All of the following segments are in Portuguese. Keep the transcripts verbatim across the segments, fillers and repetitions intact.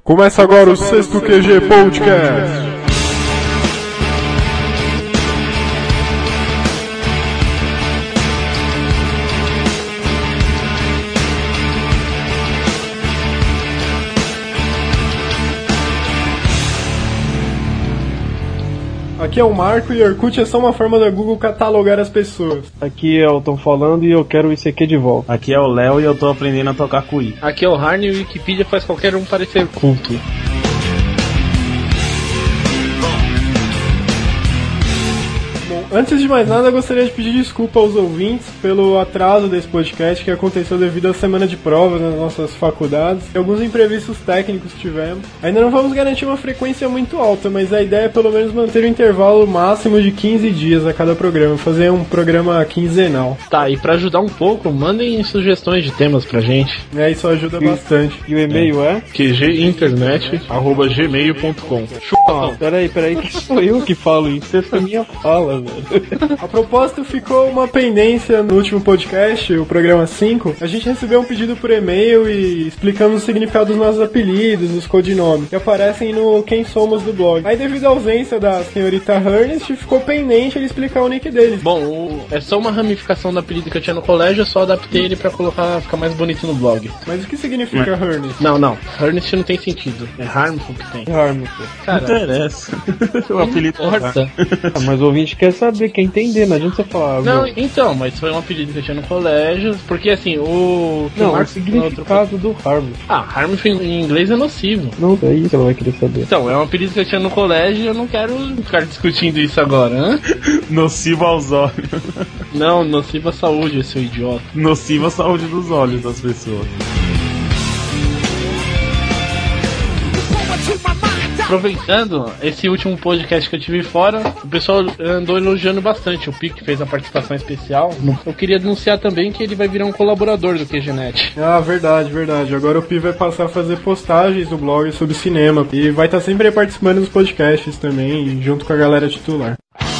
Começa agora o sexto Q G Podcast. Aqui é o Marco e Orkut é só uma forma da Google catalogar as pessoas. Aqui é o Tom falando e eu quero o I C Q de volta. Aqui é o Léo e eu tô aprendendo a tocar cuí. Aqui é o Harney e o Wikipedia faz qualquer um parecer culto. Antes de mais nada, eu gostaria de pedir desculpa aos ouvintes pelo atraso desse podcast que aconteceu devido à semana de provas nas nossas faculdades e alguns imprevistos técnicos tivemos. Ainda não vamos garantir uma frequência muito alta, mas a ideia é pelo menos manter um intervalo máximo de quinze dias a cada programa, fazer um programa quinzenal. Tá, e pra ajudar um pouco, mandem sugestões de temas pra gente. É, isso ajuda e, bastante. E o e-mail é? é? q g internet arroba gmail ponto com. Ah, peraí, peraí, que sou eu que falo isso, essa é a minha fala, velho. A propósito, ficou uma pendência no último podcast, o programa cinco. A gente recebeu um pedido por e-mail e explicamos o significado dos nossos apelidos, os codinomes, que aparecem no Quem Somos do blog. Aí, devido à ausência da senhorita Ernest, ficou pendente ele explicar o nick deles. Bom, o... é só uma ramificação do apelido que eu tinha no colégio, eu só adaptei ele pra colocar, ficar mais bonito no blog. Mas o que significa Ernest? Não, não, Ernest não tem sentido. É Harmful que tem. Harmful. Cara, não interessa. O apelido importa. Ah, mas o ouvinte quer saber, quer entender, não adianta você falar. Não, meu. então, mas foi um apelido que eu tinha no colégio, porque assim, o... Não, o o significado do Harmful. Ah, Harmful em inglês é nocivo. Não, é isso que ela vai querer saber. Então, é um apelido que eu tinha no colégio e eu não quero ficar discutindo isso agora, hein? Nocivo aos olhos. Não, nocivo à saúde, seu idiota. Nocivo à saúde dos olhos das pessoas. Aproveitando esse último podcast que eu tive fora, o pessoal andou elogiando bastante. O Pique fez a participação especial. Eu queria anunciar também que ele vai virar um colaborador do Q G Net. Ah, verdade, verdade. Agora o Pi vai passar a fazer postagens no blog sobre cinema e vai estar sempre participando dos podcasts também, junto com a galera titular.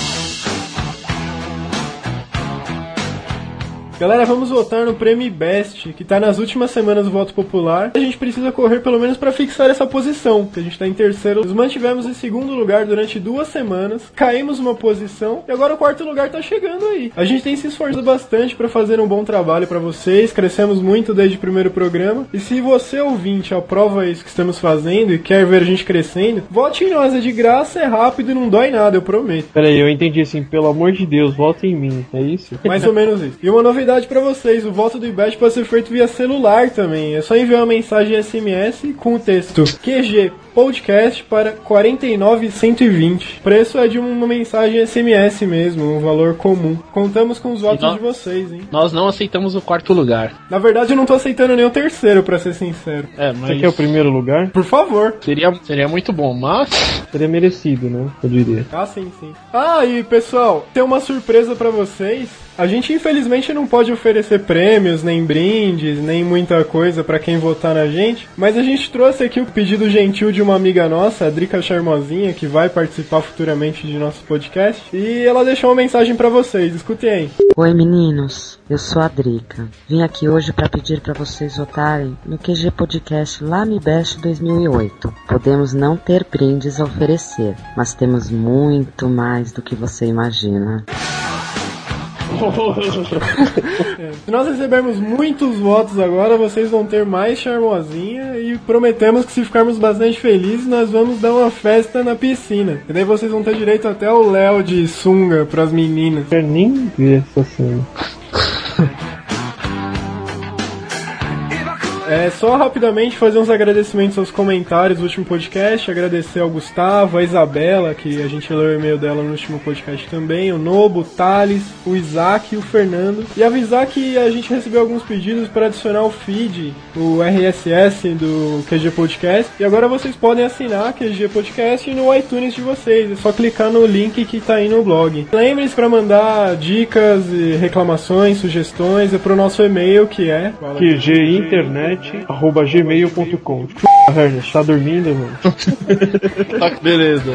Galera, vamos votar no Prêmio Best, que tá nas últimas semanas do voto popular. A gente precisa correr pelo menos pra fixar essa posição, que a gente tá em terceiro. Nos mantivemos em segundo lugar durante duas semanas, caímos uma posição e agora o quarto lugar tá chegando aí. A gente tem se esforçado bastante pra fazer um bom trabalho pra vocês, crescemos muito desde o primeiro programa. E se você, ouvinte, aprova isso que estamos fazendo e quer ver a gente crescendo, vote em nós, é de graça, é rápido e não dói nada, eu prometo. Peraí, eu entendi assim, pelo amor de Deus, vote em mim, é isso? Mais ou menos isso. E uma novidade pra vocês, o voto do IBEST pode ser feito via celular também. É só enviar uma mensagem S M S com o texto Q G Podcast para quarenta e nove cento e vinte. O preço é de uma mensagem S M S mesmo, um valor comum. Contamos com os votos nós, de vocês, hein? Nós não aceitamos o quarto lugar. Na verdade, eu não tô aceitando nem o terceiro, pra ser sincero. É, mas... Você quer o primeiro lugar? Por favor. Seria, seria muito bom, mas... Seria merecido, né? Eu diria. Ah, sim, sim. Ah, e pessoal, tem uma surpresa pra vocês. A gente infelizmente não pode oferecer prêmios, nem brindes, nem muita coisa pra quem votar na gente, mas a gente trouxe aqui o pedido gentil de uma amiga nossa, a Drica Charmosinha, que vai participar futuramente de nosso podcast, e ela deixou uma mensagem pra vocês, escutem aí. Oi meninos, eu sou a Drica. Vim aqui hoje pra pedir pra vocês votarem no Q G Podcast LamiBest dois mil e oito. Podemos não ter brindes a oferecer, mas temos muito mais do que você imagina. É. Se nós recebermos muitos votos agora, vocês vão ter mais Charmosinha e prometemos que se ficarmos bastante felizes, nós vamos dar uma festa na piscina. E daí vocês vão ter direito até o Léo de sunga pras meninas. Quero nem ver essa cena. É só rapidamente fazer uns agradecimentos aos comentários do último podcast, agradecer ao Gustavo, a Isabela, que a gente leu o e-mail dela no último podcast também, o Nobo, o Thales, o Isaac e o Fernando. E avisar que a gente recebeu alguns pedidos para adicionar o feed, o R S S do Q G Podcast, e agora vocês podem assinar Q G Podcast no iTunes de vocês, é só clicar no link que tá aí no blog. Lembre-se para mandar dicas, reclamações, sugestões, é pro nosso e-mail que é Q G Internet arroba gmail ponto com. Ernest, tá dormindo, mano? Tá, beleza.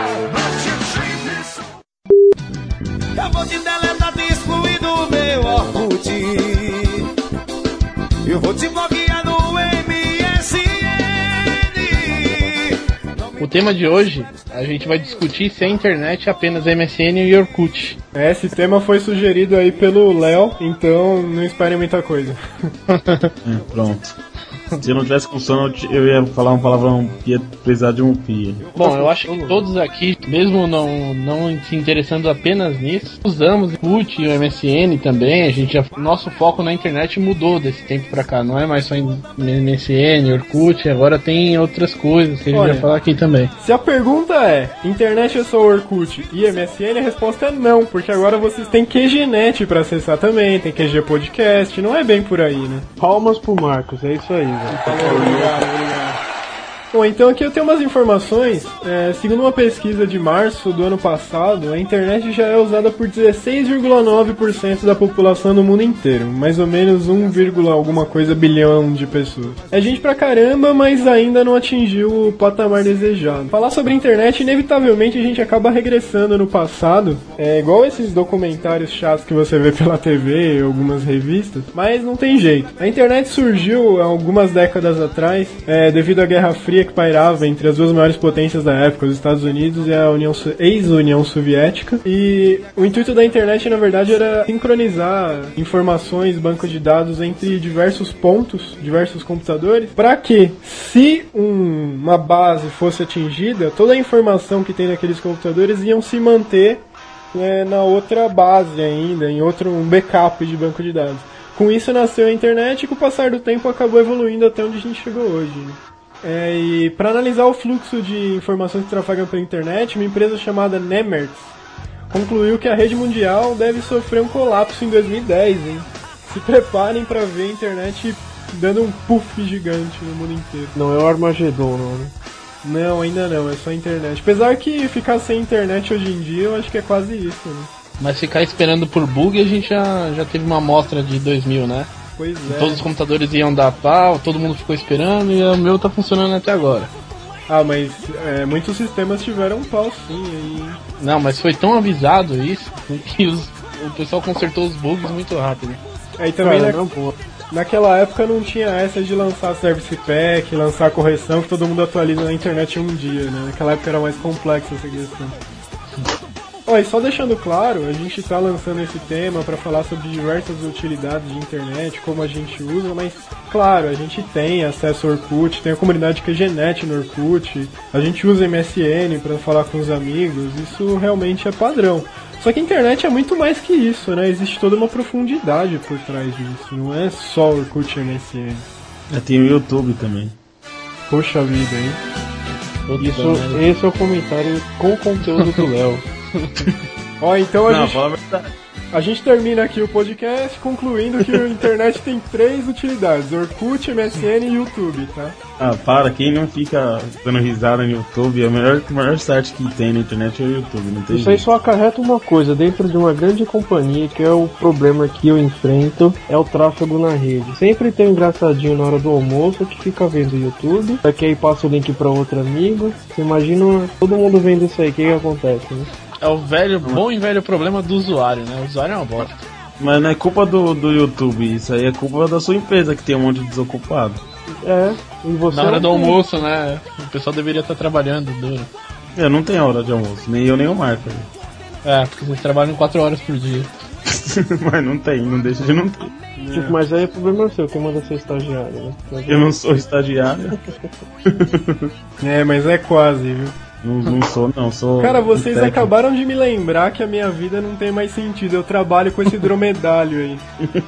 Eu vou te deletar, te excluir do meu Orkut. Eu vou te bloquear no M S N. O tema de hoje, a gente vai discutir se a internet é apenas M S N e Orkut. É, esse tema foi sugerido aí pelo Léo, então não esperem muita coisa. É, pronto. Se eu não tivesse com sono, eu ia falar um palavrão que ia precisar de um pia. Bom, eu acho que todos aqui, mesmo não, não se interessando apenas nisso, usamos o Orkut e o M S N também. A gente já, nosso foco na internet mudou desse tempo pra cá. Não é mais só em M S N, Orkut, agora tem outras coisas que a gente Olha, vai falar aqui também. Se a pergunta é, internet é só Orkut e M S N, a resposta é não, porque agora vocês têm Q G Net pra acessar também, tem Q G Podcast, não é bem por aí, né? Palmas pro Marcos, é isso aí, velho. Obrigado, obrigado. Bom, então aqui eu tenho umas informações. É, segundo uma pesquisa de março do ano passado, a internet já é usada por dezesseis vírgula nove por cento da população no mundo inteiro. Mais ou menos um, alguma coisa bilhão de pessoas. É gente pra caramba, mas ainda não atingiu o patamar desejado. Falar sobre a internet, inevitavelmente a gente acaba regressando no passado. É igual esses documentários chatos que você vê pela T V e algumas revistas. Mas não tem jeito. A internet surgiu há algumas décadas atrás, é, devido à Guerra Fria que pairava entre as duas maiores potências da época, os Estados Unidos e a União, ex-União Soviética. E o intuito da internet, na verdade, era sincronizar informações, bancos de dados entre diversos pontos, diversos computadores, para que, se um, uma base fosse atingida, toda a informação que tem naqueles computadores iam se manter é, na outra base ainda, em outro um backup de banco de dados. Com isso nasceu a internet e com o passar do tempo acabou evoluindo até onde a gente chegou hoje. É, e para analisar o fluxo de informações que trafegam pela internet, uma empresa chamada Nemertz concluiu que a rede mundial deve sofrer um colapso em dois mil e dez, hein? Se preparem para ver a internet dando um puff gigante no mundo inteiro. Não é o Armagedon, não, né? Não, ainda não, é só a internet. Apesar que ficar sem internet hoje em dia, eu acho que é quase isso, né? Mas ficar esperando por bug, a gente já, já teve uma amostra de dois mil, né? Pois é. Todos os computadores iam dar pau, todo mundo ficou esperando e o meu tá funcionando até agora. Ah, mas é, muitos sistemas tiveram pau sim. E... Não, mas foi tão avisado isso que os, o pessoal consertou os bugs muito rápido. Aí também Cara, na, não, pô. naquela época não tinha essa de lançar Service Pack, lançar correção, que todo mundo atualiza na internet em um dia, né? Naquela época era mais complexa essa questão. Ó, e só deixando claro, a gente está lançando esse tema para falar sobre diversas utilidades de internet, como a gente usa, mas claro, a gente tem acesso ao Orkut, tem a comunidade Q G Net no Orkut, a gente usa M S N para falar com os amigos, isso realmente é padrão. Só que a internet é muito mais que isso, né? Existe toda uma profundidade por trás disso, não é só Orkut e M S N. Já tem o YouTube também. Poxa vida, hein? Isso, esse é o comentário com conteúdo do Léo. Ó, então a Não, gente... fala a verdade. A gente termina aqui o podcast concluindo que a internet tem três utilidades: Orkut, M S N e YouTube, tá? Ah, para, quem não fica dando risada no YouTube, é o melhor, o melhor site que tem na internet é o YouTube, não tem Isso aí jeito. só acarreta uma coisa, dentro de uma grande companhia, que é o problema que eu enfrento, é o tráfego na rede. Sempre tem um engraçadinho na hora do almoço que fica vendo o YouTube, daqui aí passa o link pra outro amigo. Você imagina todo mundo vendo isso aí, o que, que acontece, né? É o velho, bom e velho problema do usuário, né? O usuário é uma bosta. Mas não é culpa do, do YouTube, isso aí é culpa da sua empresa que tem um monte de desocupado. É, e você... Na hora não do tem. almoço, né? O pessoal deveria estar trabalhando duro. Eu não tenho hora de almoço, nem eu nem o Marco. É, porque vocês trabalham quatro horas por dia. Mas não tem, não deixa de não ter. Tipo, mas aí é problema seu, quem manda ser estagiário, né? Mas Eu não sou estagiário. É, mas é quase, viu? Não, não sou, não, sou. Cara, vocês técnico. acabaram de me lembrar que a minha vida não tem mais sentido. Eu trabalho com esse dromedário aí.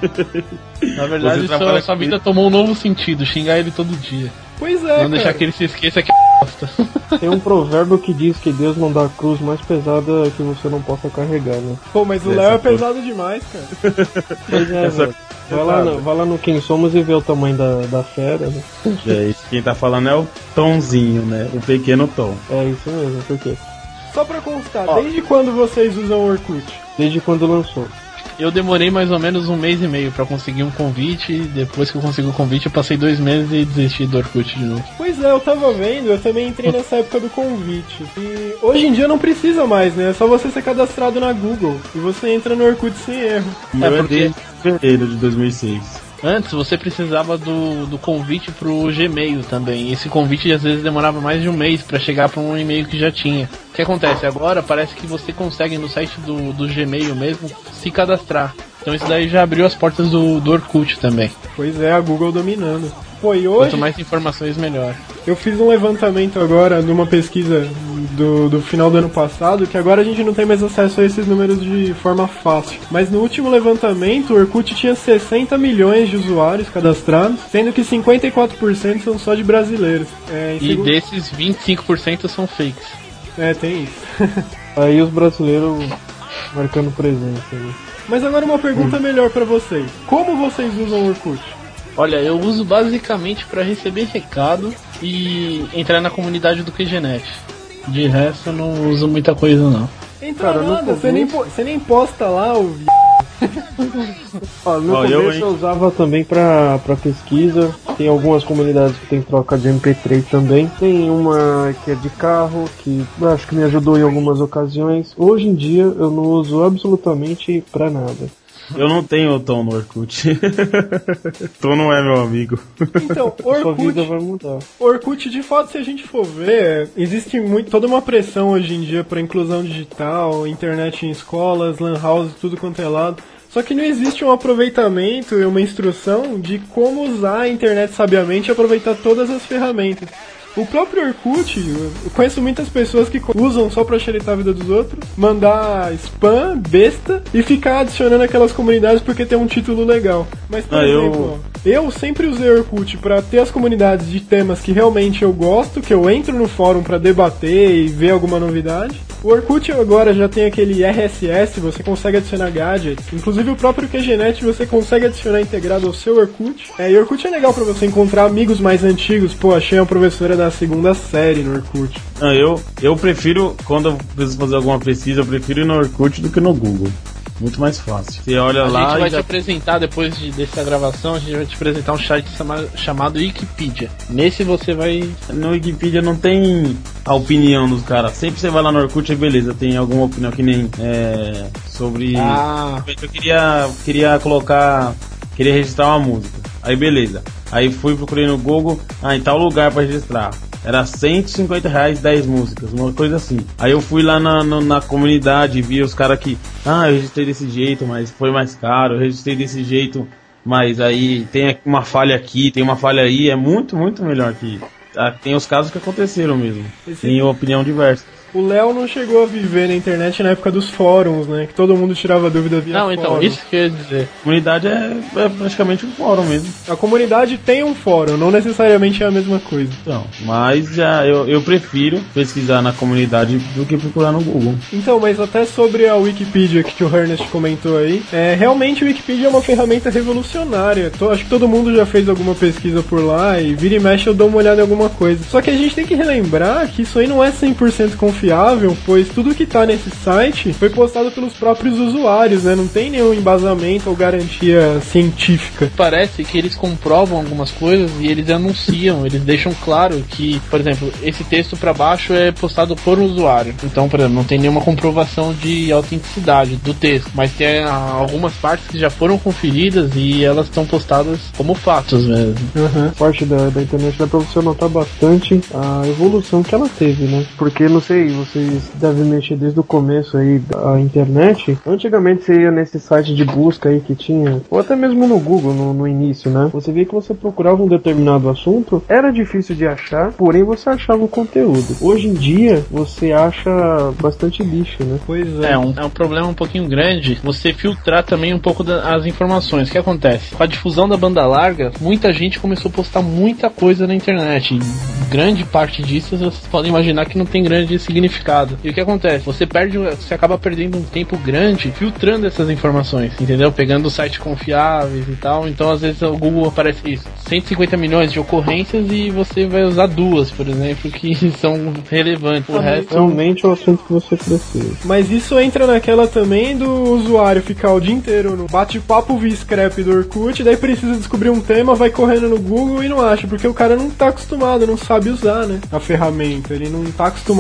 Na verdade, Você sua, trabalha sua com vida tomou um novo sentido, xingar ele todo dia. Pois é, Não cara. deixar que ele se esqueça que é bosta. Tem um provérbio que diz que Deus não dá a cruz mais pesada que você não possa carregar, né? Pô, mas o Essa Léo é cruz. pesado demais, cara. Pois é, Essa- velho. Vai lá, no, vai lá no Quem Somos e vê o tamanho da, da fera, né? É, isso, quem tá falando é o Tomzinho, né? O pequeno Tom. É isso mesmo, por quê? Só pra constar, desde quando vocês usam o Orkut? Desde quando lançou. Eu demorei mais ou menos um mês e meio pra conseguir um convite. E depois que eu consegui o convite, eu passei dois meses e desisti do Orkut de novo. Pois é, eu tava vendo, eu também entrei nessa época do convite. E hoje em dia não precisa mais, né? É só você ser cadastrado na Google e você entra no Orkut sem erro. O meu é porque- desde fevereiro de dois mil e seis. Antes você precisava do, do convite pro Gmail também. Esse convite às vezes demorava mais de um mês para chegar para um e-mail que já tinha. O que acontece? Agora parece que você consegue no site do, do Gmail mesmo se cadastrar. Então isso daí já abriu as portas do, do Orkut também. Pois é, a Google dominando. Pô, e Quanto hoje mais informações, melhor. eu fiz um levantamento agora numa pesquisa do, do final do ano passado, que agora a gente não tem mais acesso a esses números de forma fácil. Mas no último levantamento, o Orkut tinha sessenta milhões de usuários cadastrados, sendo que cinquenta e quatro por cento são só de brasileiros. É, E segundo... desses, vinte e cinco por cento são fakes. É, tem isso. Aí os brasileiros marcando presença, né? Mas agora uma pergunta hum. melhor pra vocês. Como vocês usam o Orkut? Olha, eu uso basicamente para receber recado e entrar na comunidade do QGNet. De resto, eu não uso muita coisa, não. Entra Cara, nada, você nem, você nem posta lá o... Ó, no Ó, começo eu, eu, eu usava também pra, pra pesquisa. Tem algumas comunidades que tem troca de M P três também. Tem uma que é de carro, que eu acho que me ajudou em algumas ocasiões. Hoje em dia eu não uso absolutamente pra nada. Eu não tenho o Tom no Orkut. Tom não é meu amigo. Então, Sua vida Orkut, vai mudar. Orkut, de fato, se a gente for ver, existe muito, toda uma pressão hoje em dia para inclusão digital, internet em escolas, lan house, tudo quanto é lado. Só que não existe um aproveitamento e uma instrução de como usar a internet sabiamente e aproveitar todas as ferramentas. O próprio Orkut, eu conheço muitas pessoas que usam só pra xeretar a vida dos outros, mandar spam, besta, e ficar adicionando aquelas comunidades porque tem um título legal. Mas, por ah, exemplo, eu... eu sempre usei Orkut pra ter as comunidades de temas que realmente eu gosto, que eu entro no fórum pra debater e ver alguma novidade. O Orkut agora já tem aquele R S S, você consegue adicionar gadgets. Inclusive o próprio QGNet você consegue adicionar integrado ao seu Orkut. É, e o Orkut é legal pra você encontrar amigos mais antigos. Pô, achei uma professora da segunda série no Orkut. Não, eu, eu prefiro, quando eu preciso fazer alguma pesquisa, eu prefiro ir no Orkut do que no Google. Muito mais fácil. Você olha a lá. A gente vai já... te apresentar, depois de, dessa gravação, a gente vai te apresentar um site chama, chamado Wikipedia. Nesse você vai. No Wikipedia não tem a opinião dos caras. Sempre você vai lá no Orkut e beleza, tem alguma opinião que nem é, sobre. Ah. Eu queria, queria colocar. Queria registrar uma música. Aí beleza. Aí fui, procurei no Google. Ah, em tal lugar pra registrar. Era cento e cinquenta reais, dez músicas, uma coisa assim. Aí eu fui lá na, na, na comunidade e vi os caras que... Ah, eu registrei desse jeito, mas foi mais caro. Eu registrei desse jeito, mas aí tem uma falha aqui, tem uma falha aí. É muito, muito melhor que... Ah, tem os casos que aconteceram mesmo. Esse... Tem opinião diversa. O Léo não chegou a viver na internet na época dos fóruns, né? Que todo mundo tirava dúvida via Não, então, fórum. isso que eu ia dizer. A comunidade é, é praticamente um fórum mesmo. A comunidade tem um fórum, não necessariamente é a mesma coisa. Então, mas já eu, eu prefiro pesquisar na comunidade do que procurar no Google. Então, mas até sobre a Wikipedia que o Ernest comentou aí, é, realmente a Wikipedia é uma ferramenta revolucionária. Tô, acho que todo mundo já fez alguma pesquisa por lá e vira e mexe eu dou uma olhada em alguma coisa. Só que a gente tem que relembrar que isso aí não é cem por cento confiável. Confiável, pois tudo que tá nesse site foi postado pelos próprios usuários, né? Não tem nenhum embasamento ou garantia científica. Parece que eles comprovam algumas coisas e eles anunciam, eles deixam claro que, por exemplo, esse texto pra baixo é postado por um usuário. Então, por exemplo, não tem nenhuma comprovação de autenticidade do texto, mas tem algumas partes que já foram conferidas e elas estão postadas como fatos mesmo. Uhum. Parte da, da internet dá pra você notar bastante a evolução que ela teve, né? Porque, não sei, vocês devem mexer desde o começo aí da internet. Antigamente você ia nesse site de busca aí que tinha, ou até mesmo no Google no, no início, né? Você via que você procurava um determinado assunto, era difícil de achar, porém você achava o conteúdo. Hoje em dia você acha bastante lixo, né? Pois é. É um, é um problema um pouquinho grande você filtrar também um pouco das informações. O que acontece? Com a difusão da banda larga, muita gente começou a postar muita coisa na internet. E grande parte disso vocês podem imaginar que não tem grande significado. E o que acontece? Você perde, você acaba perdendo um tempo grande filtrando essas informações, entendeu? Pegando sites confiáveis e tal. Então, às vezes, o Google aparece isso, cento e cinquenta milhões de ocorrências e você vai usar duas, por exemplo, que são relevantes. O ah, resto... Realmente é o assunto que você precisa. Mas isso entra naquela também do usuário ficar o dia inteiro no bate-papo via scrap do Orkut, daí precisa descobrir um tema, vai correndo no Google e não acha, porque o cara não tá acostumado, não sabe usar, né? A ferramenta. Ele não tá acostumado a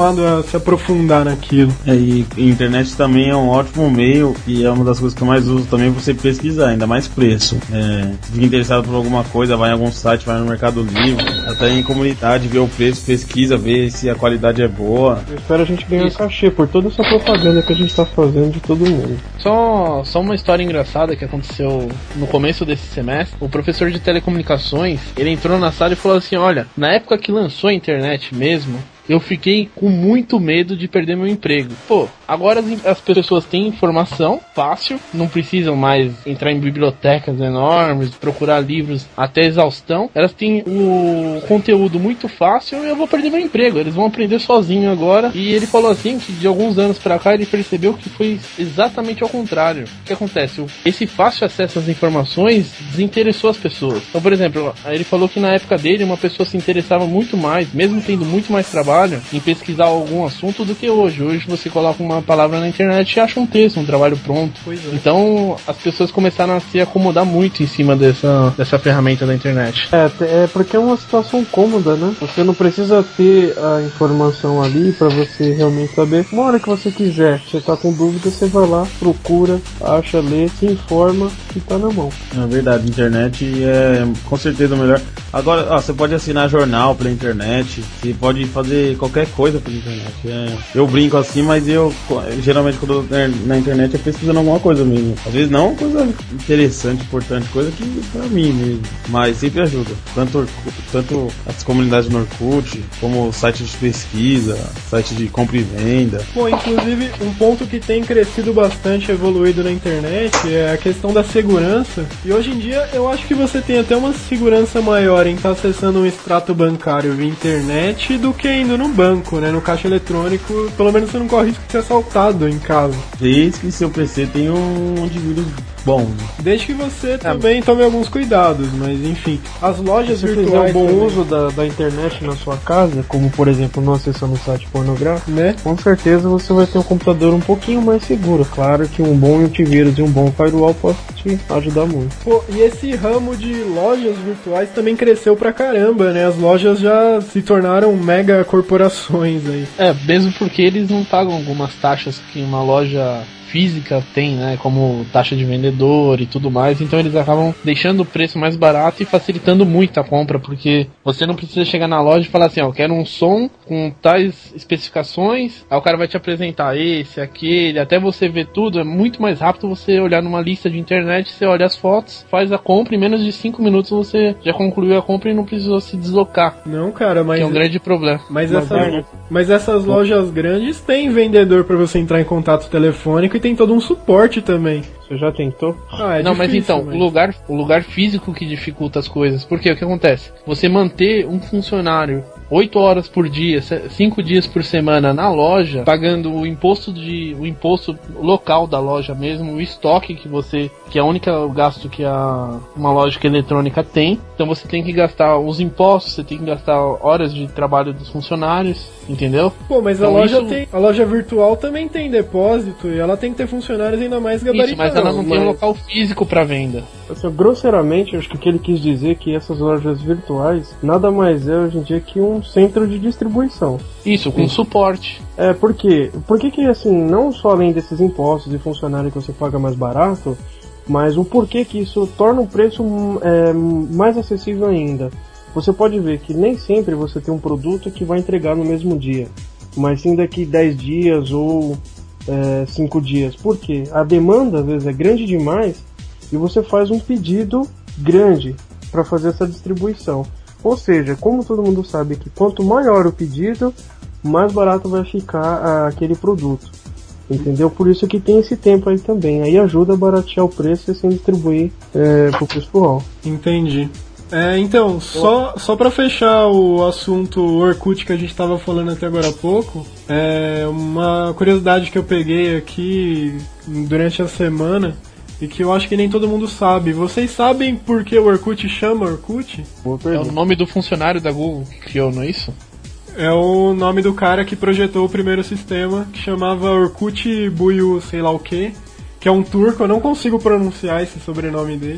se aprofundar naquilo. É, e a internet também é um ótimo meio, e é uma das coisas que eu mais uso também, você pesquisar, ainda mais preço. É, se fica interessado por alguma coisa, vai em algum site, vai no Mercado Livre, até em comunidade, vê o preço, pesquisa, vê se a qualidade é boa. Eu espero a gente ganhar Isso. cachê por toda essa propaganda que a gente tá fazendo de todo mundo. Só, só uma história engraçada que aconteceu no começo desse semestre. O professor de telecomunicações, ele entrou na sala e falou assim, olha, na época que lançou a internet mesmo, eu fiquei com muito medo de perder meu emprego. Pô, agora as, as pessoas têm informação fácil, não precisam mais entrar em bibliotecas enormes, procurar livros até exaustão. Elas têm o conteúdo muito fácil e eu vou perder meu emprego. Eles vão aprender sozinho agora. E ele falou assim que de alguns anos pra cá ele percebeu que foi exatamente ao contrário. O que acontece? Esse fácil acesso às informações desinteressou as pessoas. Então, por exemplo, ele falou que na época dele uma pessoa se interessava muito mais, mesmo tendo muito mais trabalho, em pesquisar algum assunto do que hoje. Hoje você coloca uma palavra na internet e acha um texto, um trabalho pronto. Pois é. Então as pessoas começaram a se acomodar muito em cima dessa, dessa ferramenta da internet. É, é porque é uma situação cômoda, né? Você não precisa ter a informação ali pra você realmente saber. Uma hora que você quiser, você tá com dúvida, você vai lá, procura, acha, lê, se informa e tá na mão. É verdade, a internet é com certeza o melhor. Agora, ó, você pode assinar jornal pela internet, você pode fazer qualquer coisa pela internet. É, eu brinco assim, mas eu geralmente quando eu tô na internet eu pesquisando alguma coisa mesmo. Às vezes não coisa interessante, importante, coisa que pra mim mesmo, mas sempre ajuda. Tanto, tanto as comunidades no Orkut, como site de pesquisa, site de compra e venda. Pô, inclusive um ponto que tem crescido bastante, evoluído na internet é a questão da segurança. E hoje em dia eu acho que você tem até uma segurança maior em estar acessando um extrato bancário via internet do que indo no banco, né? No caixa eletrônico, pelo menos você não corre risco de ser assaltado em casa. Desde que seu P C tenha um antivírus bom. Desde que você também tome alguns cuidados, mas enfim. As lojas Se você virtuais. fizer um bom também. uso da, da internet na sua casa, como por exemplo não acessando um site pornográfico, né? Com certeza você vai ter um computador um pouquinho mais seguro. Claro que um bom antivírus e um bom firewall pode te ajudar muito. Pô, e esse ramo de lojas virtuais também cresceu pra caramba, né? As lojas já se tornaram mega corporações aí. É, mesmo porque eles não pagam algumas taxas que uma loja física tem, né, como taxa de vendedor e tudo mais, então eles acabam deixando o preço mais barato e facilitando muito a compra, porque você não precisa chegar na loja e falar assim, ó, eu quero um som com tais especificações, aí o cara vai te apresentar esse, aquele, até você ver tudo, é muito mais rápido você olhar numa lista de internet, você olha as fotos, faz a compra, em menos de cinco minutos você já concluiu a compra e não precisou se deslocar. Não, cara, mas... Que é um grande problema. Mas, essa, mas essas lojas grandes têm vendedor pra você entrar em contato telefônico e tem todo um suporte também. Você já tentou? Ah, é não, difícil, mas então, mas... o lugar, o lugar físico que dificulta as coisas. Porque o que acontece? Você manter um funcionário oito horas por dia, cinco dias por semana na loja, pagando o imposto de o imposto local da loja mesmo, o estoque que você, que é o único gasto que a uma loja eletrônica tem. Então você tem que gastar os impostos, você tem que gastar horas de trabalho dos funcionários, entendeu? Pô, mas então a loja isso... tem, a loja virtual também tem depósito e ela tem que ter funcionários ainda mais gabaritados. Isso, mas ela não mas... tem um local físico para venda. Assim, grosseiramente, acho que o que ele quis dizer é que essas lojas virtuais nada mais é hoje em dia que um centro de distribuição. Isso, com Sim. suporte. É, por quê? Por que que, assim, não só além desses impostos e funcionário que você paga mais barato, mas o porquê que isso torna o preço é, mais acessível ainda. Você pode ver que nem sempre você tem um produto que vai entregar no mesmo dia, mas sim daqui dez dias ou é, cinco dias. Por quê? A demanda às vezes é grande demais e você faz um pedido grande para fazer essa distribuição. Ou seja, como todo mundo sabe que quanto maior o pedido, mais barato vai ficar ah, aquele produto. Entendeu? Por isso que tem esse tempo aí também. Aí ajuda a baratear o preço e assim distribuir é, pro pessoal. Entendi. É, então, só, só pra fechar o assunto Orkut que a gente tava falando até agora há pouco, é uma curiosidade que eu peguei aqui durante a semana e que eu acho que nem todo mundo sabe. Vocês sabem por que o Orkut chama Orkut? É o nome do funcionário da Google que criou, não é isso? É o nome do cara que projetou o primeiro sistema, que chamava Orkut Buyu sei lá o que, que é um turco, eu não consigo pronunciar esse sobrenome dele.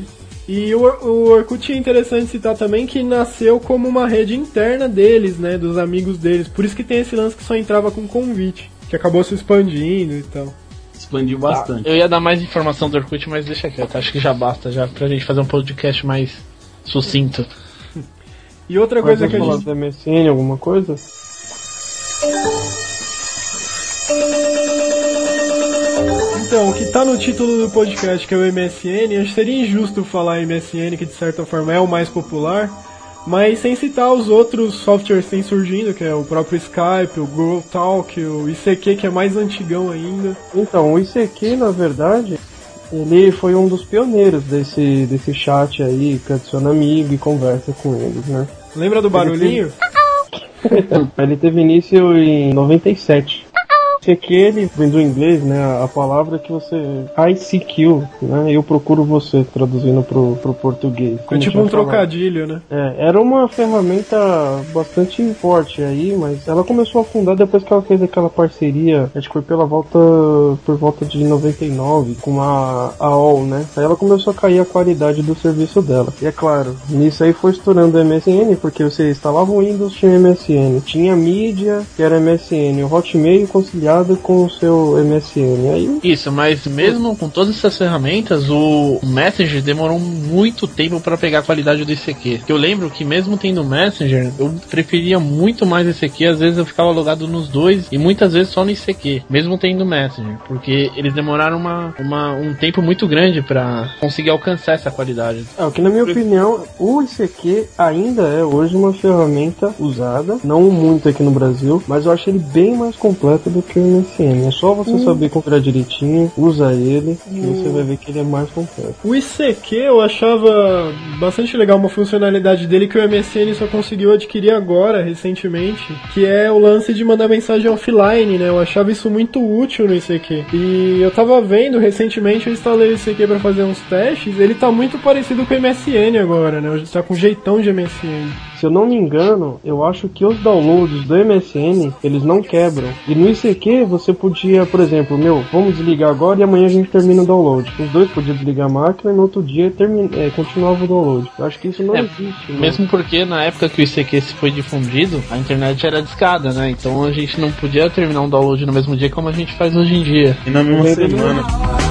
E o, o Orkut é interessante citar também que nasceu como uma rede interna deles, né, dos amigos deles. Por isso que tem esse lance que só entrava com convite, que acabou se expandindo e tal. Expandiu bastante. Tá, eu ia dar mais informação do Orkut, mas deixa quieto. Acho que já basta já pra gente fazer um podcast mais sucinto. E outra coisa que a falar gente... do M S N, alguma coisa? Então, o que tá no título do podcast, que é o M S N, acho que seria injusto falar M S N, que de certa forma é o mais popular, mas sem citar os outros softwares que têm surgindo, que é o próprio Skype, o Google Talk, o I C Q, que é mais antigão ainda. Então, o I C Q, na verdade, ele foi um dos pioneiros desse, desse chat aí, que adiciona amigo e conversa com eles, né? Lembra do barulhinho? Ele teve início em noventa e sete. I C Q, ele vem do inglês, né, a palavra que você... I seek you, né, eu procuro você, traduzindo pro, pro português. É tipo um trocadilho, né? É, era uma ferramenta bastante forte aí, mas ela começou a afundar depois que ela fez aquela parceria, acho que foi pela volta, por volta de noventa e nove, com a, a A O L, né, aí ela começou a cair a qualidade do serviço dela. E é claro, nisso aí foi estourando o M S N, porque você instalava o Windows, tinha M S N, tinha mídia, que era M S N, o Hotmail conciliado com o seu M S N. Aí... Isso, mas mesmo com todas essas ferramentas, o Messenger demorou muito tempo para pegar a qualidade do I C Q. Eu lembro que mesmo tendo Messenger, eu preferia muito mais I C Q, às vezes eu ficava logado nos dois e muitas vezes só no I C Q, mesmo tendo Messenger, porque eles demoraram uma, uma, um tempo muito grande para conseguir alcançar essa qualidade. É, o que na minha opinião, o I C Q ainda é hoje uma ferramenta usada, não muito aqui no Brasil, mas eu acho ele bem mais completo do que o M S N. É só você hum. saber configurar direitinho, usa ele, hum. e você vai ver que ele é mais completo. O I C Q eu achava bastante legal uma funcionalidade dele que o M S N só conseguiu adquirir agora, recentemente, que é o lance de mandar mensagem offline, né? Eu achava isso muito útil no I C Q. E eu tava vendo, recentemente eu instalei o I C Q pra fazer uns testes, ele tá muito parecido com o M S N agora, né? Hoje tá com jeitão de M S N. Se eu não me engano, eu acho que os downloads do M S N, eles não quebram. E no I C Q, você podia, por exemplo, meu, vamos desligar agora e amanhã a gente termina o download. Os dois podiam desligar a máquina e no outro dia termina, é, continuava o download. Eu acho que isso não é, existe. Mesmo né? Porque na época que o I C Q se foi difundido, a internet era discada, né? Então a gente não podia terminar um download no mesmo dia como a gente faz hoje em dia. E na mesma semana.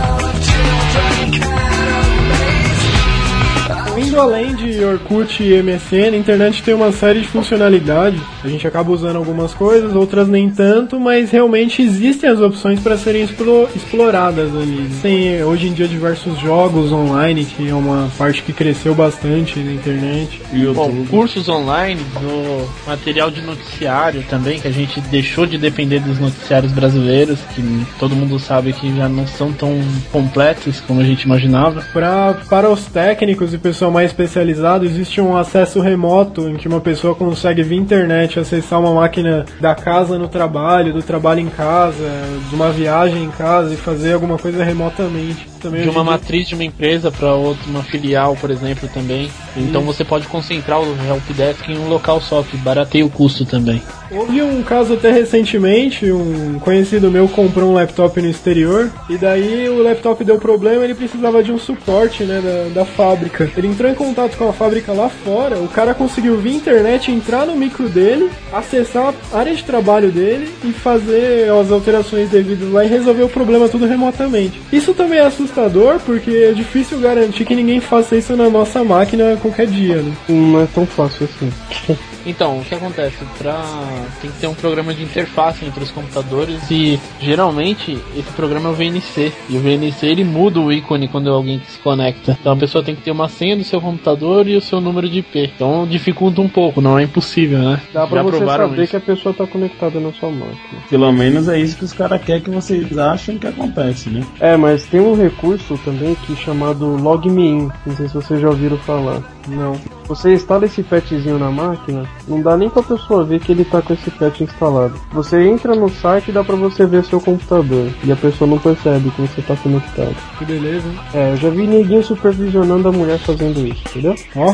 Indo além de Orkut e M S N, a internet tem uma série de funcionalidades. A gente acaba usando algumas coisas, outras nem tanto, mas realmente existem as opções para serem explo- exploradas ali. Tem hoje em dia diversos jogos online, que é uma parte que cresceu bastante na internet. Bom, cursos online, no material de noticiário também, que a gente deixou de depender dos noticiários brasileiros, que todo mundo sabe que já não são tão completos como a gente imaginava. Pra, para os técnicos e pessoal mais especializado, existe um acesso remoto em que uma pessoa consegue via internet acessar uma máquina da casa no trabalho, do trabalho em casa, de uma viagem em casa e fazer alguma coisa remotamente. Também de uma dia... matriz de uma empresa para outra, uma filial, por exemplo, também. Então Isso. Você pode concentrar o helpdesk em um local só, que barateia o custo também. Houve um caso até recentemente, um conhecido meu comprou um laptop no exterior e daí o laptop deu problema, ele precisava de um suporte, né, da, da fábrica. Ele entrou em contato com a fábrica lá fora, o cara conseguiu via internet entrar no micro dele, acessar a área de trabalho dele e fazer as alterações devidas lá e resolver o problema tudo remotamente. Isso também é assustador porque é difícil garantir que ninguém faça isso na nossa máquina qualquer dia, né? Não é tão fácil assim. Então, o que acontece? Pra... Tem que ter um programa de interface entre os computadores e geralmente esse programa é o V N C. E o V N C ele muda o ícone quando alguém se conecta. Então a pessoa tem que ter uma senha do seu computador e o seu número de I P. Então dificulta um pouco, não é impossível, né? Dá pra Já você saber isso. que a pessoa tá conectada na sua máquina. Pelo menos é isso que os caras querem que vocês achem que acontece, né? É, mas tem um recurso também que é chamado LogMeIn. Não sei se vocês já ouviram falar. Não. Você instala esse patchzinho na máquina, não dá nem pra pessoa ver que ele tá com esse patch instalado. Você entra no site e dá pra você ver seu computador. E a pessoa não percebe que você tá conectado. Que beleza, hein? É, eu já vi neguinho supervisionando a mulher fazendo isso, entendeu? Ó.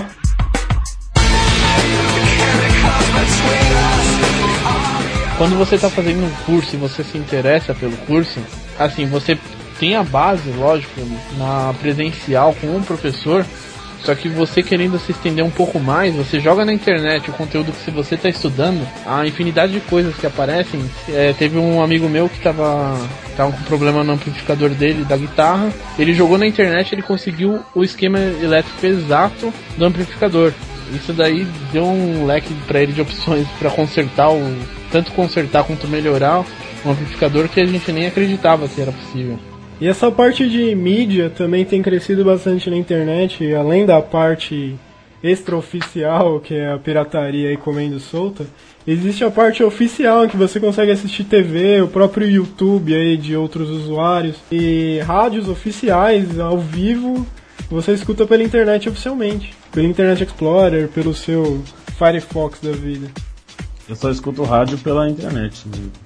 Quando você tá fazendo um curso e você se interessa pelo curso, assim, você tem a base, lógico, na presencial com um professor. Só que você querendo se estender um pouco mais, você joga na internet o conteúdo que você está estudando, a infinidade de coisas que aparecem. É, teve um amigo meu que estava tava com problema no amplificador dele, da guitarra. Ele jogou na internet, ele conseguiu o esquema elétrico exato do amplificador. Isso daí deu um leque para ele de opções para consertar, o, tanto consertar quanto melhorar um amplificador que a gente nem acreditava que era possível. E essa parte de mídia também tem crescido bastante na internet, além da parte extraoficial, que é a pirataria aí comendo solta, existe a parte oficial em que você consegue assistir T V, o próprio YouTube aí de outros usuários, e rádios oficiais ao vivo você escuta pela internet oficialmente, pelo Internet Explorer, pelo seu Firefox da vida. Eu só escuto rádio pela internet,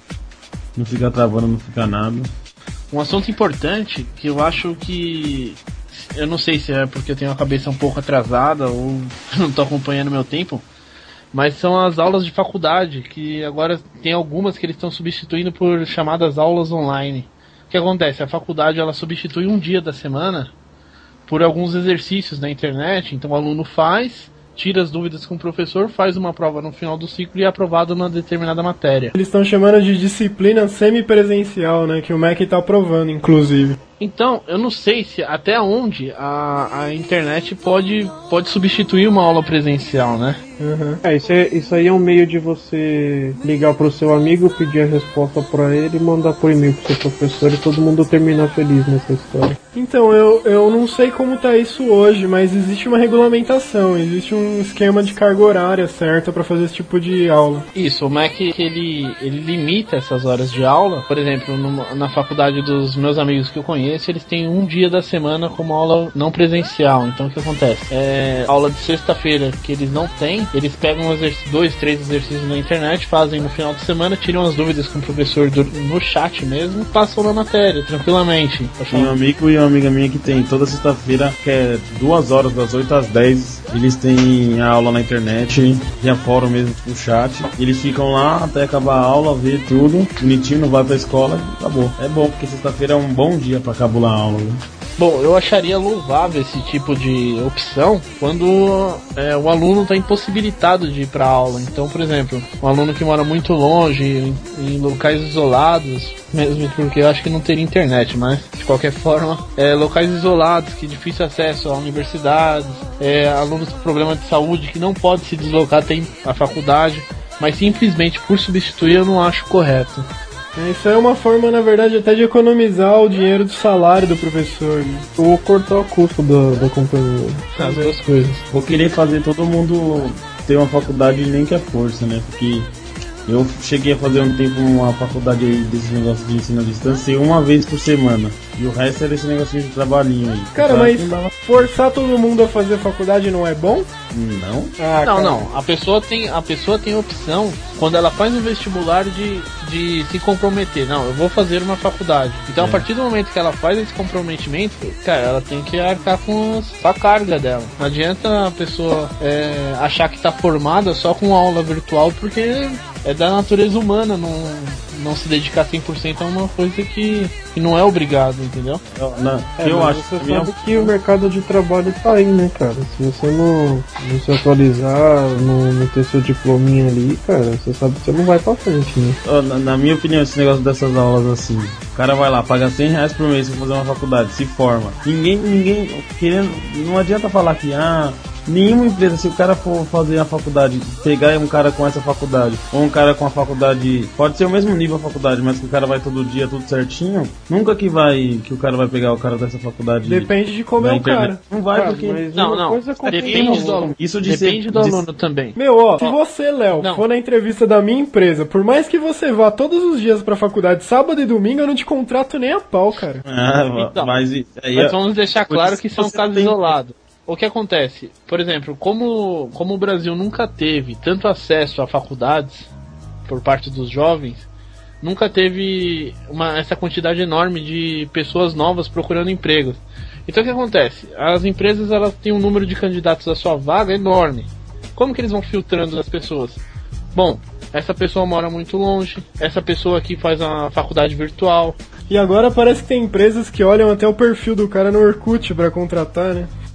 não fica travando, não fica nada. Um assunto importante que eu acho que, eu não sei se é porque eu tenho a cabeça um pouco atrasada ou não estou acompanhando meu tempo, mas são as aulas de faculdade, que agora tem algumas que eles estão substituindo por chamadas aulas online. O que acontece? A faculdade ela substitui um dia da semana por alguns exercícios na internet, então o aluno faz, tira as dúvidas com o professor, faz uma prova no final do ciclo e é aprovado numa determinada matéria. Eles estão chamando de disciplina semipresencial, né? Que o M E C está aprovando, inclusive. Então, eu não sei se até onde a, a internet pode, pode substituir uma aula presencial, né? Uhum. É, isso é, isso aí é um meio de você ligar pro seu amigo, pedir a resposta pra ele e mandar por e-mail pro seu professor e todo mundo terminar feliz nessa história. Então, eu, eu não sei como tá isso hoje, mas existe uma regulamentação, existe um esquema de carga horária certa pra fazer esse tipo de aula. Isso, o M E C ele, ele limita essas horas de aula. Por exemplo, numa, na faculdade dos meus amigos que eu conheço, eles têm um dia da semana como aula não presencial. Então o que acontece? É, aula de sexta-feira que eles não têm, eles pegam dois, três exercícios na internet, fazem no final de semana, tiram as dúvidas com o professor do, no chat mesmo, passam na matéria, tranquilamente. Tem um amigo e uma amiga minha que tem toda sexta-feira, que é duas horas, das oito às dez, eles têm a aula na internet, via fórum mesmo, no chat. Eles ficam lá até acabar a aula, ver tudo, bonitinho, não vai pra escola, acabou. É bom, porque sexta-feira é um bom dia pra cabular a aula, né? Bom, eu acharia louvável esse tipo de opção quando é, o aluno está impossibilitado de ir para a aula. Então, por exemplo, um aluno que mora muito longe, em, em locais isolados, mesmo porque eu acho que não teria internet, mas de qualquer forma, é, locais isolados, que difícil acesso a universidades, é, alunos com problema de saúde que não podem se deslocar até a faculdade, mas simplesmente por substituir eu não acho correto. Isso é uma forma, na verdade, até de economizar o dinheiro do salário do professor, né? Ou cortar o custo da, da companhia. As duas coisas. Vou querer fazer todo mundo ter uma faculdade nem que a força, né? Porque eu cheguei a fazer um tempo uma faculdade aí desse negócio de ensino à distância uma vez por semana. E o resto era esse negócio de trabalhinho aí. Cara, mas forçar todo mundo a fazer faculdade não é bom? Não. Ah, não, cara. não. A pessoa tem a pessoa tem opção quando ela faz um vestibular de, de se comprometer. Não, eu vou fazer uma faculdade. Então, é. a partir do momento que ela faz esse comprometimento, cara, ela tem que arcar com a carga dela. Não adianta a pessoa é, achar que está formada só com aula virtual, porque é da natureza humana não, não se dedicar cem por cento a uma coisa que, que não é obrigado, entendeu? Eu, não, é, eu acho você que sabe que o mercado de trabalho tá aí, né, cara? Se você não, não se atualizar, não, não ter seu diplominha ali, cara, você sabe que você não vai pra frente, né? Na, na minha opinião, esse negócio dessas aulas assim, o cara vai lá, paga cem reais por mês pra fazer uma faculdade, se forma. Ninguém, ninguém, querendo, não adianta falar que, ah, nenhuma empresa, se o cara for fazer a faculdade, pegar um cara com essa faculdade, ou um cara com a faculdade, pode ser o mesmo nível a faculdade, mas que o cara vai todo dia, tudo certinho, nunca que vai, que o cara vai pegar o cara dessa faculdade. Depende de como é o cara. Não vai, cara, porque... Não, não, depende do aluno. Isso de depende ser, do aluno de... também. Meu, ó, se você, Léo, for na entrevista da minha empresa, por mais que você vá todos os dias pra faculdade, sábado e domingo, eu não te contrato nem a pau, cara. Ah, então, mas, aí, mas vamos deixar claro que são casos tem... isolados. O que acontece? Por exemplo, como, como o Brasil nunca teve tanto acesso a faculdades por parte dos jovens, nunca teve uma, essa quantidade enorme de pessoas novas procurando empregos. Então o que acontece? As empresas elas têm um número de candidatos à sua vaga enorme. Como que eles vão filtrando as pessoas? Bom, essa pessoa mora muito longe, essa pessoa aqui faz uma faculdade virtual. E agora parece que tem empresas que olham até o perfil do cara no Orkut pra contratar, né?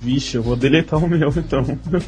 Vixe, eu vou deletar o meu então.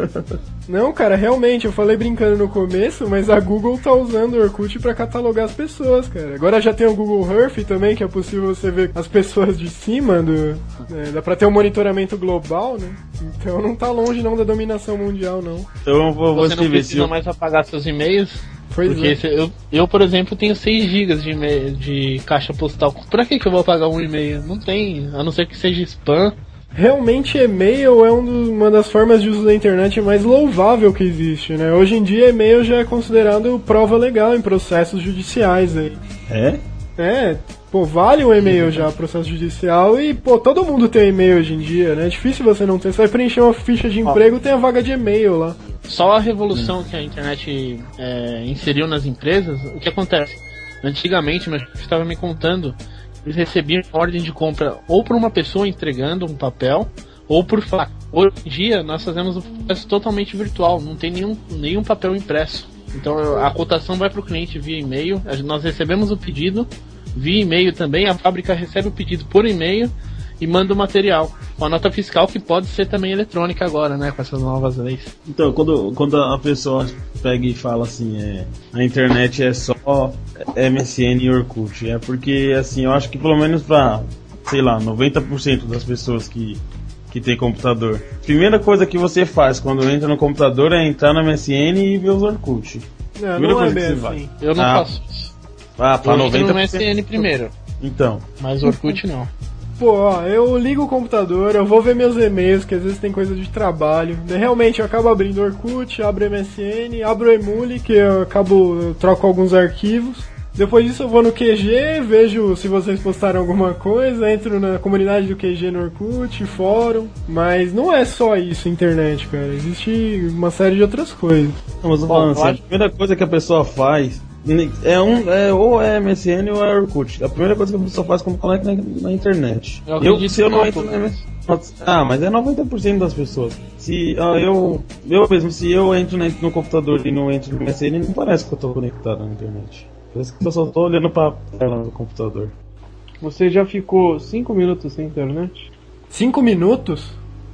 Não, cara, realmente, eu falei brincando no começo, mas a Google tá usando o Orkut pra catalogar as pessoas, cara. Agora já tem o Google Earth também, que é possível você ver as pessoas de cima do... É, dá pra ter um monitoramento global, né? Então não tá longe não da dominação mundial, não. Então eu vou, vou Você não precisa eu... mais apagar seus e-mails? Pois Porque é. se eu, eu, por exemplo, tenho seis gigas de, e-mail, de caixa postal. Pra que, que eu vou apagar um e-mail? Não tem, a não ser que seja spam. Realmente, e-mail é um dos, uma das formas de uso da internet mais louvável que existe, né? Hoje em dia, e-mail já é considerado prova legal em processos judiciais aí. É? É, pô, vale um e-mail já, processo judicial, e, pô, todo mundo tem e-mail hoje em dia, né? É difícil você não ter. Você vai preencher uma ficha de emprego, tem a vaga de e-mail lá. Só a revolução que a internet é, inseriu nas empresas, o que acontece? Antigamente, meu chefe estava me contando, eles recebiam ordem de compra ou por uma pessoa entregando um papel, ou por fax. Hoje em dia, nós fazemos um processo totalmente virtual, não tem nenhum, nenhum papel impresso. Então a cotação vai para o cliente via e-mail, nós recebemos o pedido via e-mail também, a fábrica recebe o pedido por e-mail e manda o material, com a nota fiscal que pode ser também eletrônica agora, né, com essas novas leis. Então, quando, quando a pessoa pega e fala assim, é, a internet é só M S N e Orkut, é porque, assim, eu acho que pelo menos pra, sei lá, noventa por cento das pessoas que, que tem computador, primeira coisa que você faz quando entra no computador é entrar no M S N e ver os Orkut. Não, não é bem assim. Eu não ah, faço isso. Ah, pra eu noventa entro no M S N primeiro. Então. Mas o Orkut não. Pô, ó, eu ligo o computador, eu vou ver meus e-mails, que às vezes tem coisa de trabalho. Realmente, eu acabo abrindo o Orkut, abro o M S N, abro o Emule, que eu acabo, eu troco alguns arquivos. Depois disso eu vou no Q G, vejo se vocês postaram alguma coisa, entro na comunidade do Q G no Orkut, fórum. Mas não é só isso, internet, cara. Existe uma série de outras coisas. Não, mas eu tô falando assim, a primeira coisa que a pessoa faz é um, é, ou é M S N ou é Orkut. A primeira coisa que a pessoa faz quando conecta na, na internet. Eu, eu se eu não entro na M S N. Ah, mas é noventa por cento das pessoas. Se ah, eu, eu mesmo, se eu entro na, no computador e não entro no M S N, não parece que eu tô conectado na internet. Parece que eu só tô olhando pra tela do computador. Você já ficou cinco minutos sem internet? cinco minutos?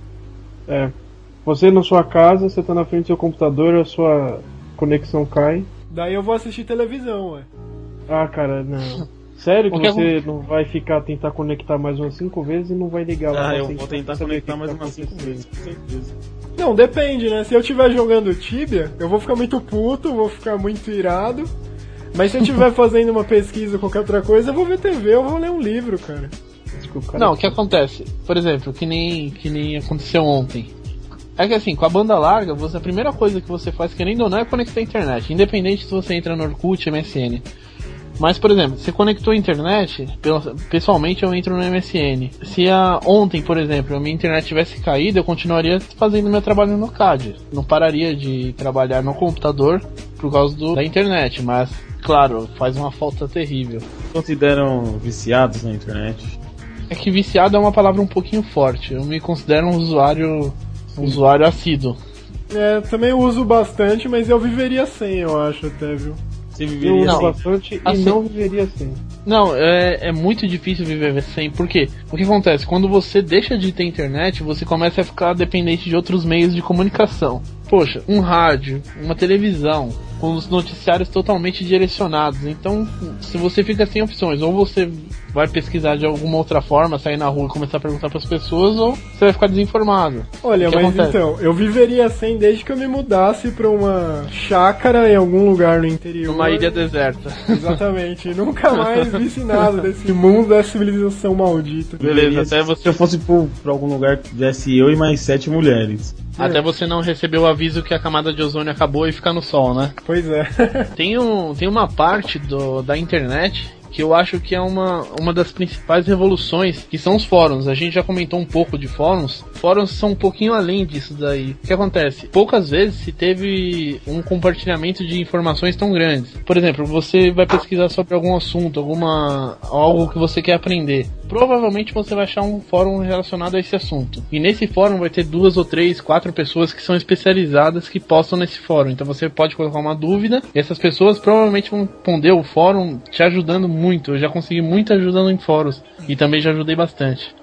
É. Você na sua casa, você tá na frente do seu computador, a sua conexão cai. Daí eu vou assistir televisão, ué. Ah, cara, não. Sério que Porque você eu... não vai ficar tentar conectar mais umas cinco vezes e não vai ligar lá? Ah, eu vou tentar conectar mais umas cinco vezes, com certeza. Não, depende, né? Se eu estiver jogando Tibia, eu vou ficar muito puto, vou ficar muito irado. Mas se eu estiver fazendo uma pesquisa ou qualquer outra coisa, eu vou ver T V, eu vou ler um livro, cara. Desculpa, não, o que acontece? Por exemplo, que nem, que nem aconteceu ontem. É que assim, com a banda larga, você, a primeira coisa que você faz, querendo ou não, é conectar a internet. Independente se você entra no Orkut, M S N. Mas, por exemplo, você conectou a internet, pessoalmente eu entro no M S N. Se a, ontem, por exemplo, a minha internet tivesse caído, eu continuaria fazendo meu trabalho no C A D. Não pararia de trabalhar no computador por causa do, da internet, mas, claro, faz uma falta terrível. Consideram viciados na internet? É que viciado é uma palavra um pouquinho forte. Eu me considero um usuário, um usuário assíduo. É, também eu uso bastante, mas eu viveria sem, eu acho até, viu? Você Eu viveria uso assim? bastante assim, e não viveria assim. Não, é, é muito difícil viver sem. Por quê? O que acontece? Quando você deixa de ter internet, você começa a ficar dependente de outros meios de comunicação. Poxa, um rádio, uma televisão, com os noticiários totalmente direcionados. Então, se você fica sem opções, ou você vai pesquisar de alguma outra forma, sair na rua e começar a perguntar para as pessoas, ou você vai ficar desinformado. Olha, mas acontece? Então, eu viveria sem desde que eu me mudasse para uma chácara em algum lugar no interior. Numa ilha deserta. Exatamente, nunca mais vi nada desse mundo da civilização maldita. Beleza, até você... se eu fosse para algum lugar que tivesse eu e mais sete mulheres. Até você não receber o aviso que a camada de ozônio acabou e ficar no sol, né? Pois é. Tem, um, tem uma parte do, da internet que eu acho que é uma, uma das principais revoluções, que são os fóruns. A gente já comentou um pouco de fóruns. Fóruns são um pouquinho além disso daí. O que acontece? Poucas vezes se teve um compartilhamento de informações tão grandes. Por exemplo, você vai pesquisar sobre algum assunto, alguma algo que você quer aprender. Provavelmente você vai achar um fórum relacionado a esse assunto. E nesse fórum vai ter duas ou três, quatro pessoas que são especializadas que postam nesse fórum. Então você pode colocar uma dúvida e essas pessoas provavelmente vão responder o fórum te ajudando muito. Eu já consegui muita ajuda em fóruns e também já ajudei bastante.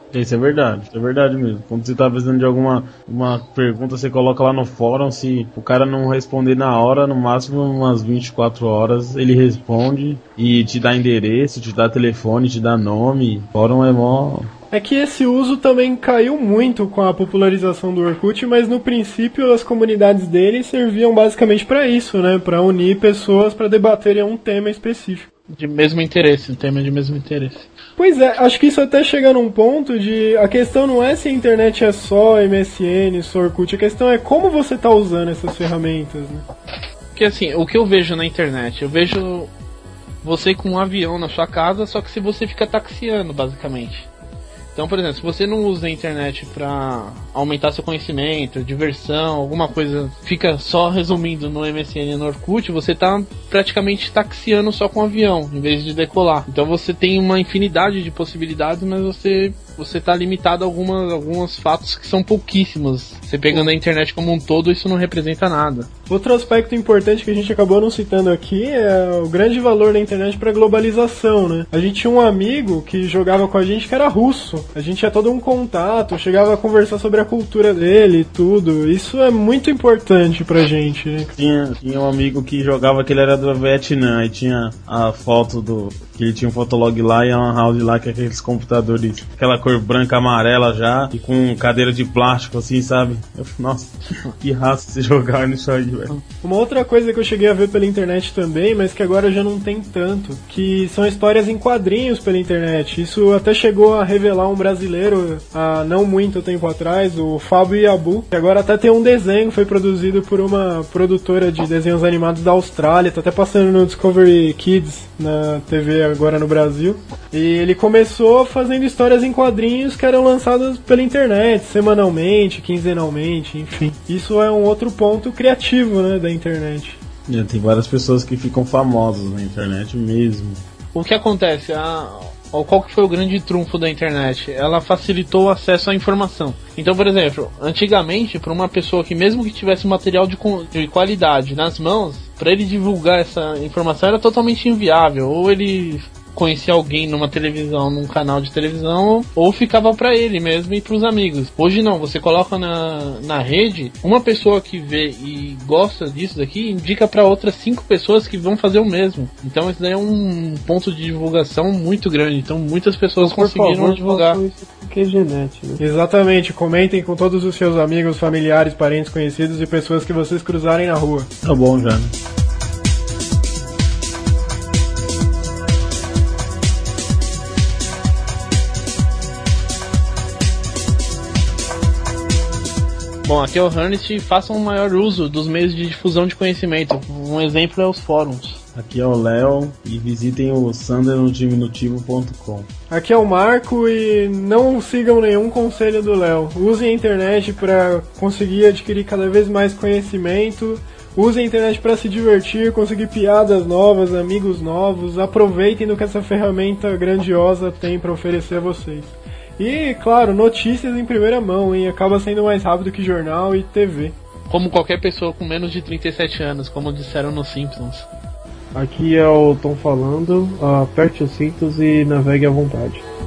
Isso é verdade, isso é verdade mesmo. Quando você tá precisando de alguma uma pergunta, você coloca lá no fórum, se o cara não responder na hora, no máximo umas vinte e quatro horas, ele responde e te dá endereço, te dá telefone, te dá nome. O fórum é mó... É que esse uso também caiu muito com a popularização do Orkut, mas no princípio as comunidades dele serviam basicamente para isso, né? Para unir pessoas para debaterem um tema específico. De mesmo interesse, um tema de mesmo interesse. Pois é, acho que isso até chega num ponto de... A questão não é se a internet é só M S N, só Orkut, a questão é como você tá usando essas ferramentas, né? Porque assim, o que eu vejo na internet, eu vejo você com um avião na sua casa, só que se você fica taxiando, basicamente. Então, por exemplo, se você não usa a internet para aumentar seu conhecimento, diversão, alguma coisa, fica só resumindo no M S N e no Orkut, você tá praticamente taxiando só com o avião, em vez de decolar. Então você tem uma infinidade de possibilidades, mas você você tá limitado a algumas, alguns fatos que são pouquíssimos. Você pegando a internet como um todo, isso não representa nada. Outro aspecto importante que a gente acabou não citando aqui é o grande valor da internet para a globalização, né? A gente tinha um amigo que jogava com a gente que era russo. A gente tinha todo um contato, chegava a conversar sobre a cultura dele e tudo. Isso é muito importante pra gente, né? Tinha, tinha um amigo que jogava que ele era do Vietnã e tinha a foto do... que ele tinha um fotolog lá e uma house lá, que é aqueles computadores, aquela cor branca, amarela já, e com cadeira de plástico assim, sabe? Eu, nossa, que raça se jogar nisso aí, velho. Uma outra coisa que eu cheguei a ver pela internet também, mas que agora já não tem tanto, que são histórias em quadrinhos pela internet. Isso até chegou a revelar um brasileiro há não muito tempo atrás, o Fábio Yabu, que agora até tem um desenho, foi produzido por uma produtora de desenhos animados da Austrália, tá até passando no Discovery Kids na T V agora no Brasil. E ele começou fazendo histórias em quadrinhos que eram lançadas pela internet, semanalmente, quinzenalmente, enfim. Isso é um outro ponto criativo, né, da internet. É, tem várias pessoas que ficam famosas na internet mesmo. O que acontece? A... Qual que foi o grande trunfo da internet? Ela facilitou o acesso à informação. Então, por exemplo, antigamente, para uma pessoa que mesmo que tivesse material de, de qualidade nas mãos, para ele divulgar essa informação era totalmente inviável. Ou ele conhecia alguém numa televisão, num canal de televisão, ou ficava pra ele mesmo e pros amigos. Hoje não, você coloca na, na rede, uma pessoa que vê e gosta disso daqui, indica pra outras cinco pessoas que vão fazer o mesmo. Então isso daí é um ponto de divulgação muito grande. Então muitas pessoas Por conseguiram favor, divulgar. Isso porque é genética, né? Exatamente, comentem com todos os seus amigos, familiares, parentes, conhecidos e pessoas que vocês cruzarem na rua. Tá bom já, né? Bom, aqui é o Ernest e façam um maior uso dos meios de difusão de conhecimento. Um exemplo é os fóruns. Aqui é o Léo e visitem o sander no diminutivo ponto com. Aqui é o Marco e não sigam nenhum conselho do Léo. Usem a internet para conseguir adquirir cada vez mais conhecimento. Usem a internet para se divertir, conseguir piadas novas, amigos novos. Aproveitem do que essa ferramenta grandiosa tem para oferecer a vocês. E, claro, notícias em primeira mão, hein? Acaba sendo mais rápido que jornal e T V. Como qualquer pessoa com menos de trinta e sete anos, como disseram nos Simpsons. Aqui é o Tom falando, aperte os cintos e navegue à vontade.